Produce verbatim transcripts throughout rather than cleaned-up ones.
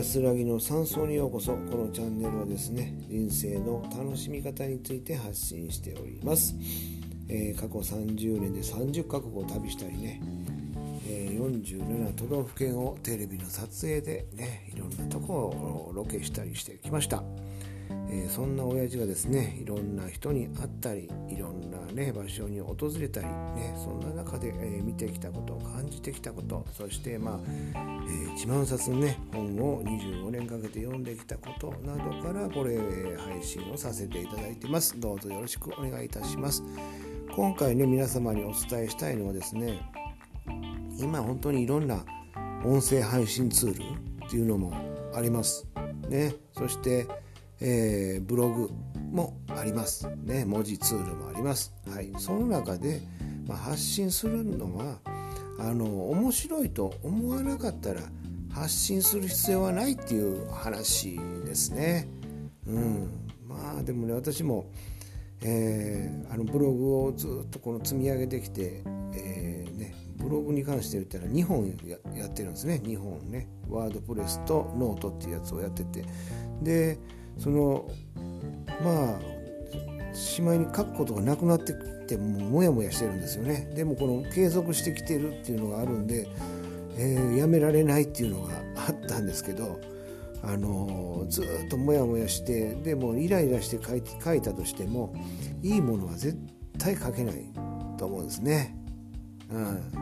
安らぎの山荘にようこそ。このチャンネルはですね、人生の楽しみ方について発信しております。えー、過去さんじゅうねんでさんじゅっかこくを旅したりね、えー、よんじゅうななとどうふけんをテレビの撮影でね、いろんなとこをロケしたりしてきました。えー、そんな親父がですね、いろんな人に会ったり、いろんな、ね、場所に訪れたり、ね、そんな中で、えー、見てきたこと、感じてきたこと、そして、まあえー、いちまんさつの、ね、本をにじゅうごねんかけて読んできたことなどからこれ、えー、配信をさせていただいています。どうぞよろしくお願いいたします。今回ね、皆様にお伝えしたいのはですね、今本当にいろんな音声配信ツールっていうのもありますね。そしてえー、ブログもありますね。文字ツールもあります。はい、その中で、まあ、発信するのはあの面白いと思わなかったら発信する必要はないっていう話ですね。うん、まあでもね、私も、えー、あのブログをずっとこの積み上げてきて、えーね、ブログに関して言ったらにほん や, やってるんですね。にほんね、ワードプレスとノートっていうやつをやってて、でそのまあしまいに書くことがなくなってきてももやもやしてるんですよね。でもこの継続してきてるっていうのがあるんで、えー、やめられないっていうのがあったんですけど、あのー、ずっともやもやして、でもイライラして書いて、書いたとしてもいいものは絶対書けないと思うんですね。うん、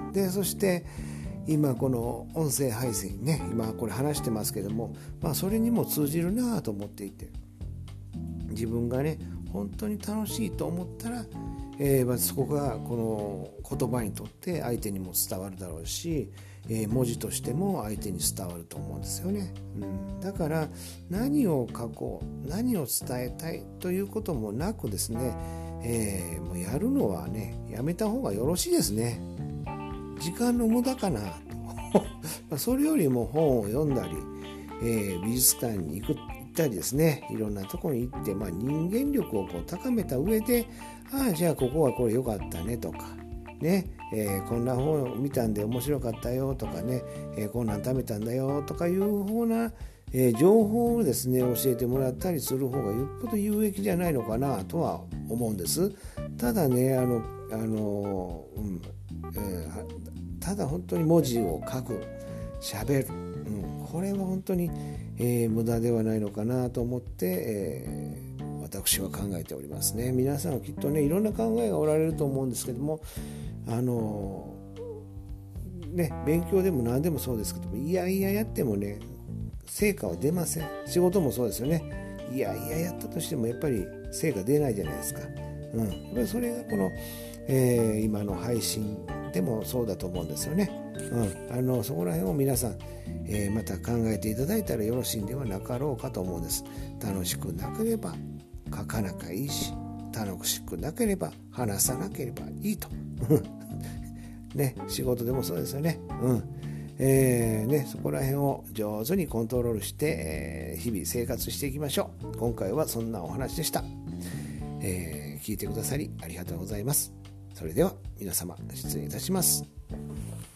でそして今この音声配信ね、今これ話してますけども、まあそれにも通じるなと思っていて、自分がね本当に楽しいと思ったら、えーまあ、そこがこの言葉にとって相手にも伝わるだろうし、えー、文字としても相手に伝わると思うんですよね。うん、だから何を書こう、何を伝えたいということもなくですね、えー、もうやるのはねやめた方がよろしいですね。時間の無駄かなとそれよりも本を読んだり、えー、美術館に行く行ったりですね、いろんなところに行って、まあ、人間力をこう高めた上で、ああじゃあここはこれ良かったねとかね、えー、こんな本を見たんで面白かったよとかね、えー、こんなん食べたんだよとかいうふうな、えー、情報をですね教えてもらったりする方がよっぽど有益じゃないのかなとは思うんです。ただね、あのあの、うんえーただ本当に文字を書く、喋る、うん、これは本当に、えー、無駄ではないのかなと思って、えー、私は考えておりますね。皆さんはきっとねいろんな考えがおられると思うんですけども、あのー、ね勉強でも何でもそうですけども、いやいややってもね成果は出ません。仕事もそうですよね。いやいややったとしてもやっぱり成果出ないじゃないですか。うん、やっぱりそれがこの、えー、今の配信でもそうだと思うんですよね。うん、あのそこら辺を皆さん、えー、また考えていただいたらよろしいんではなかろうかと思うんです。楽しくなければ書かなきゃいいし、楽しくなければ話さなければいいとね、仕事でもそうですよね。うんえーね、そこら辺を上手にコントロールして、えー、日々生活していきましょう。今回はそんなお話でした。えー、聞いてくださりありがとうございます。それでは皆様失礼いたします。